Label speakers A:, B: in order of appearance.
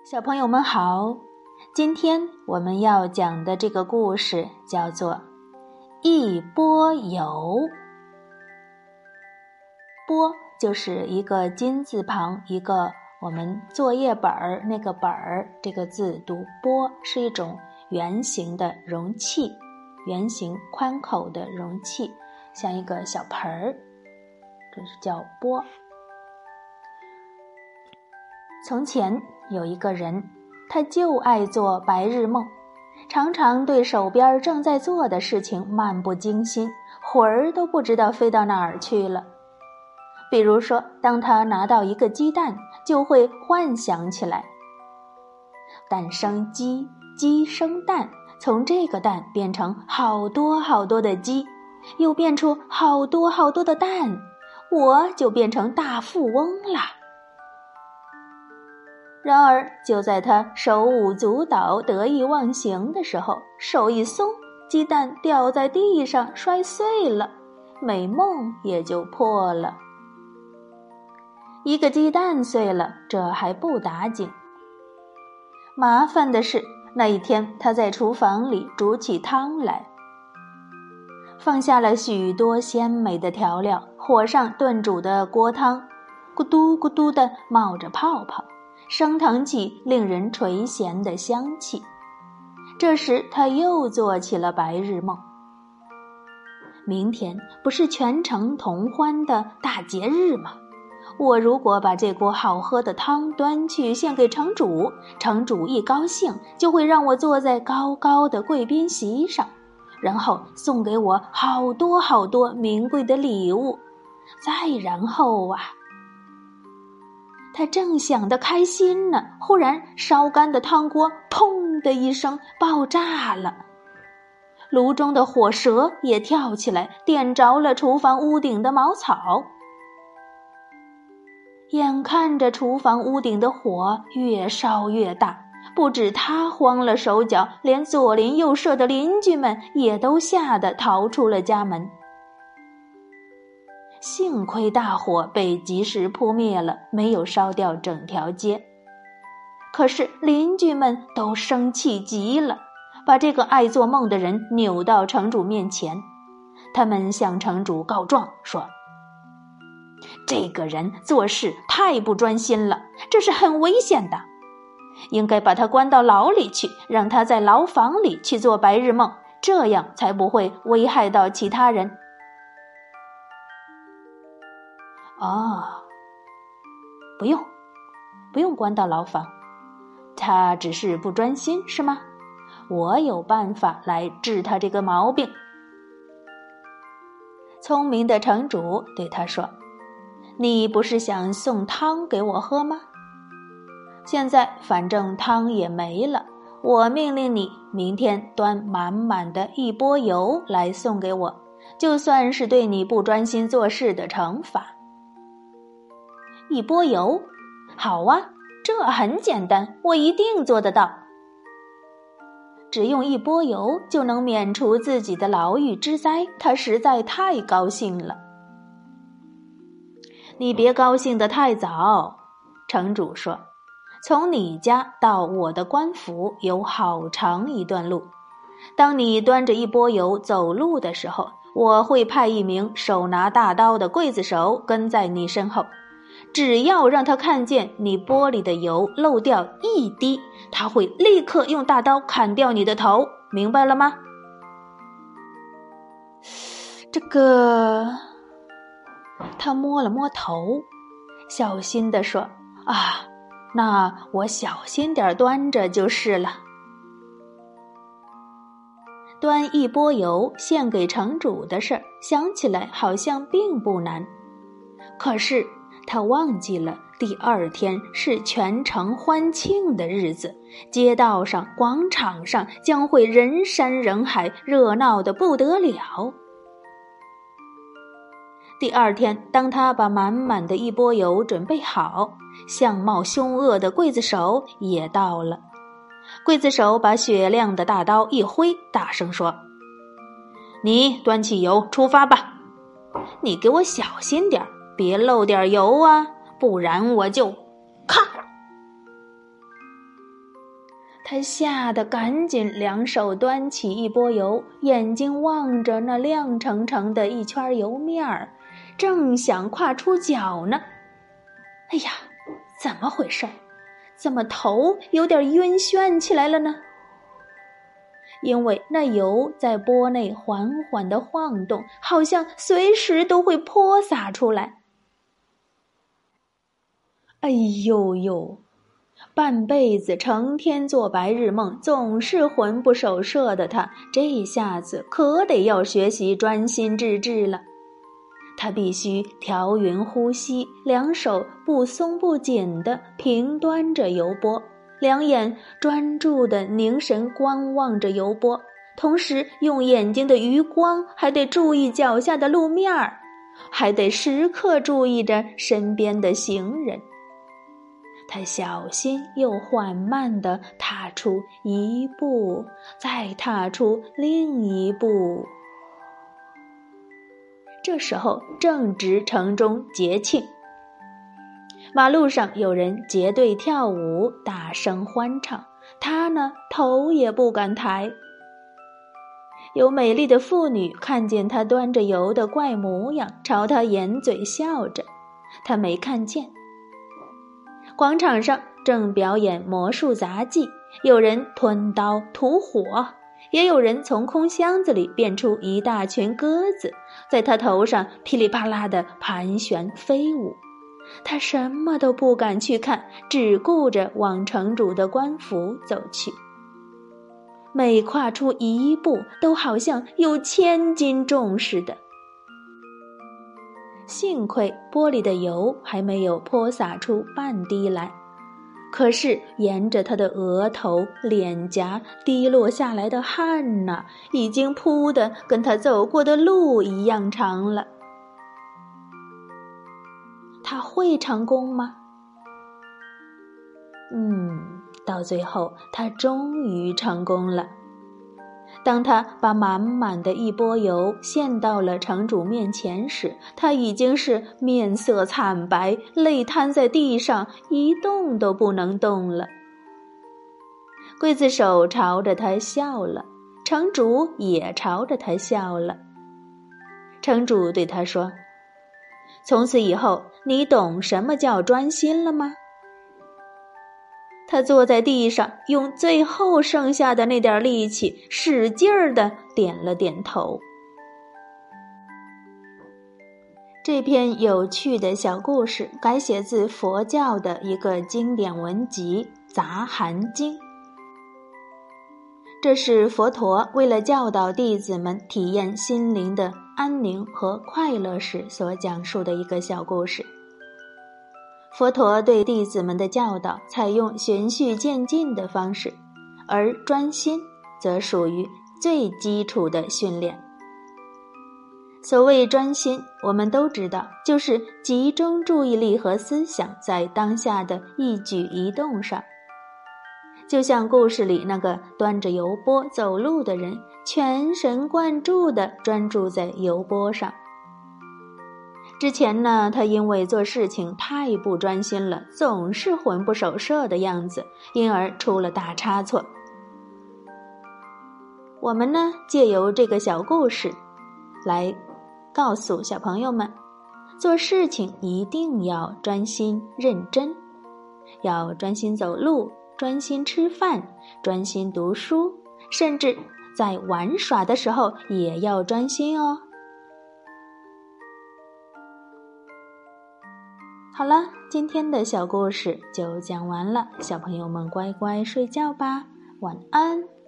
A: 小朋友们好，今天我们要讲的这个故事叫做一波游。波就是一个金字旁一个我们作业本那个本这个字读波，是一种圆形的容器，圆形宽口的容器，像一个小盆儿，这是叫波。从前有一个人，他就爱做白日梦，常常对手边正在做的事情漫不经心，魂儿都不知道飞到哪儿去了。比如说，当他拿到一个鸡蛋，就会幻想起来，蛋生鸡，鸡生蛋，从这个蛋变成好多好多的鸡，又变出好多好多的蛋，我就变成大富翁了。然而就在他手舞足蹈得意忘形的时候，手一松，鸡蛋掉在地上摔碎了，美梦也就破了。一个鸡蛋碎了，这还不打紧，麻烦的是那一天他在厨房里煮起汤来，放下了许多鲜美的调料，火上炖煮的锅汤咕嘟咕嘟地冒着泡泡，升腾起令人垂涎的香气。这时他又做起了白日梦，明天不是全城同欢的大节日吗？我如果把这锅好喝的汤端去献给城主，城主一高兴就会让我坐在高高的贵宾席上，然后送给我好多好多名贵的礼物。再然后他正想得开心呢，忽然烧干的汤锅砰的一声爆炸了，炉中的火舌也跳起来，点着了厨房屋顶的茅草。眼看着厨房屋顶的火越烧越大，不止他慌了手脚，连左邻右舍的邻居们也都吓得逃出了家门。幸亏大火被及时扑灭了，没有烧掉整条街。可是邻居们都生气极了，把这个爱做梦的人扭到城主面前。他们向城主告状说，这个人做事太不专心了，这是很危险的，应该把他关到牢里去，让他在牢房里去做白日梦，这样才不会危害到其他人。不用关到牢房，他只是不专心，是吗？我有办法来治他这个毛病。聪明的城主对他说，你不是想送汤给我喝吗？现在反正汤也没了，我命令你明天端满满的一钵油来送给我，就算是对你不专心做事的惩罚。一钵油？好啊，这很简单，我一定做得到。只用一钵油就能免除自己的牢狱之灾，他实在太高兴了。你别高兴得太早，城主说，从你家到我的官府有好长一段路，当你端着一钵油走路的时候，我会派一名手拿大刀的刽子手跟在你身后，只要让他看见你钵里的油漏掉一滴，他会立刻用大刀砍掉你的头，明白了吗？他摸了摸头，小心地说，那我小心点端着就是了。端一钵油献给城主的事，想起来好像并不难，可是他忘记了第二天是全城欢庆的日子，街道上广场上将会人山人海，热闹得不得了。第二天，当他把满满的一钵油准备好，相貌凶恶的刽子手也到了。刽子手把雪亮的大刀一挥，大声说，你端起油出发吧，你给我小心点，别漏点油啊，不然我就咔。 他吓得赶紧两手端起一钵油，眼睛望着那亮澄澄的一圈油面儿，正想跨出脚呢。哎呀，怎么回事？怎么头有点晕眩起来了呢？因为那油在钵内缓缓地晃动，好像随时都会泼洒出来。哎呦呦！半辈子成天做白日梦，总是魂不守舍的他，这下子可得要学习专心致志了。他必须调匀呼吸，两手不松不紧地平端着油钵，两眼专注地凝神观望着油钵，同时用眼睛的余光还得注意脚下的路面儿，还得时刻注意着身边的行人。他小心又缓慢地踏出一步，再踏出另一步。这时候正值城中节庆，马路上有人结队跳舞，大声欢唱，他呢，头也不敢抬。有美丽的妇女看见他端着油的怪模样，朝他掩嘴笑着，他没看见。广场上正表演魔术杂技，有人吞刀吐火，也有人从空箱子里变出一大群鸽子，在他头上噼里啪啦地盘旋飞舞。他什么都不敢去看，只顾着往城主的官府走去。每跨出一步，都好像有千斤重似的。幸亏钵里的油还没有泼洒出半滴来，可是沿着他的额头、脸颊滴落下来的汗呐，已经铺得跟他走过的路一样长了。他会成功吗？到最后他终于成功了。当他把满满的一钵油献到了城主面前时，他已经是面色惨白，泪瘫在地上，一动都不能动了。刽子手朝着他笑了，城主也朝着他笑了。城主对他说：“从此以后，你懂什么叫专心了吗？”他坐在地上，用最后剩下的那点力气，使劲儿地点了点头。这篇有趣的小故事改写自佛教的一个经典文集《杂含经》。这是佛陀为了教导弟子们体验心灵的安宁和快乐时所讲述的一个小故事。佛陀对弟子们的教导采用循序渐进的方式，而专心则属于最基础的训练。所谓专心，我们都知道，就是集中注意力和思想在当下的一举一动上。就像故事里那个端着油钵走路的人，全神贯注地专注在油钵上。之前呢，他因为做事情太不专心了，总是魂不守舍的样子，因而出了大差错。我们呢，借由这个小故事来告诉小朋友们，做事情一定要专心认真，要专心走路，专心吃饭，专心读书，甚至在玩耍的时候也要专心哦。好了，今天的小故事就讲完了，小朋友们乖乖睡觉吧，晚安。